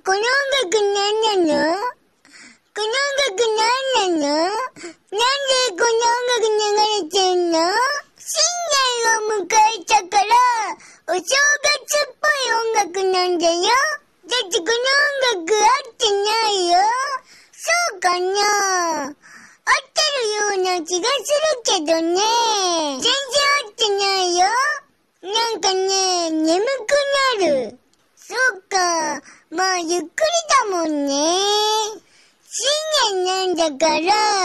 この音楽何なの？この音楽何なの？なんでこの音楽流れてんの？新年を迎えたから、お正月っぽい音楽なんだよ。だってこの音楽合ってないよ。そうかな？合ってるような気がするけどね。全然合ってないよ。なんかね、眠くなる。そうか、まあゆっくりだもんね。新年なんだから、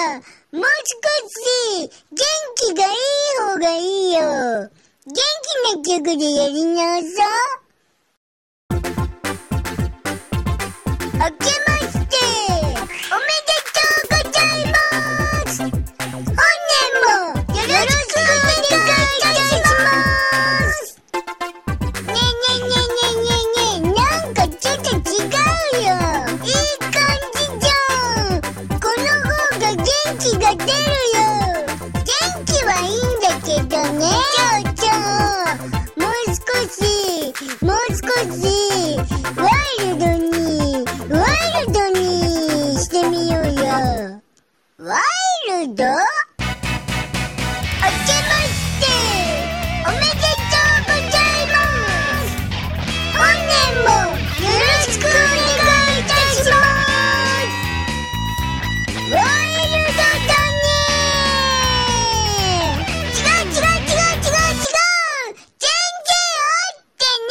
もう少し元気がいい方がいいよ。元気な曲でやりなさ。明けましておめでとうございます。本年もよろしくお願いいたします。ねえねえねえねえねえねえ、なんかちょっと違うよ。いい感じじゃん。この方が元気が出るよ。元気はいいんだけどね。もう少しワイルドにしてみようよ。ワイルド？明けましておめでとうございます。本年もよろしくお願いいたします。ワイルドだね。違う。全然合ってない。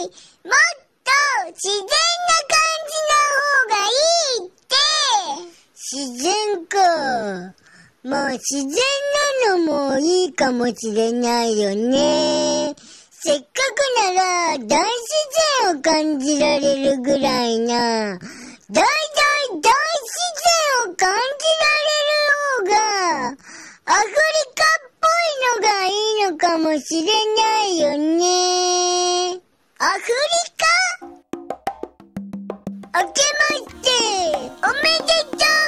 もっと自然な感じの方がいいって。自然か。まあ自然なのもいいかもしれないよね。せっかくなら大自然を感じられるぐらいな、大自然を感じられる方がアフリカっぽいのがいいのかもしれないよね。アフリカ？明けましておめでとう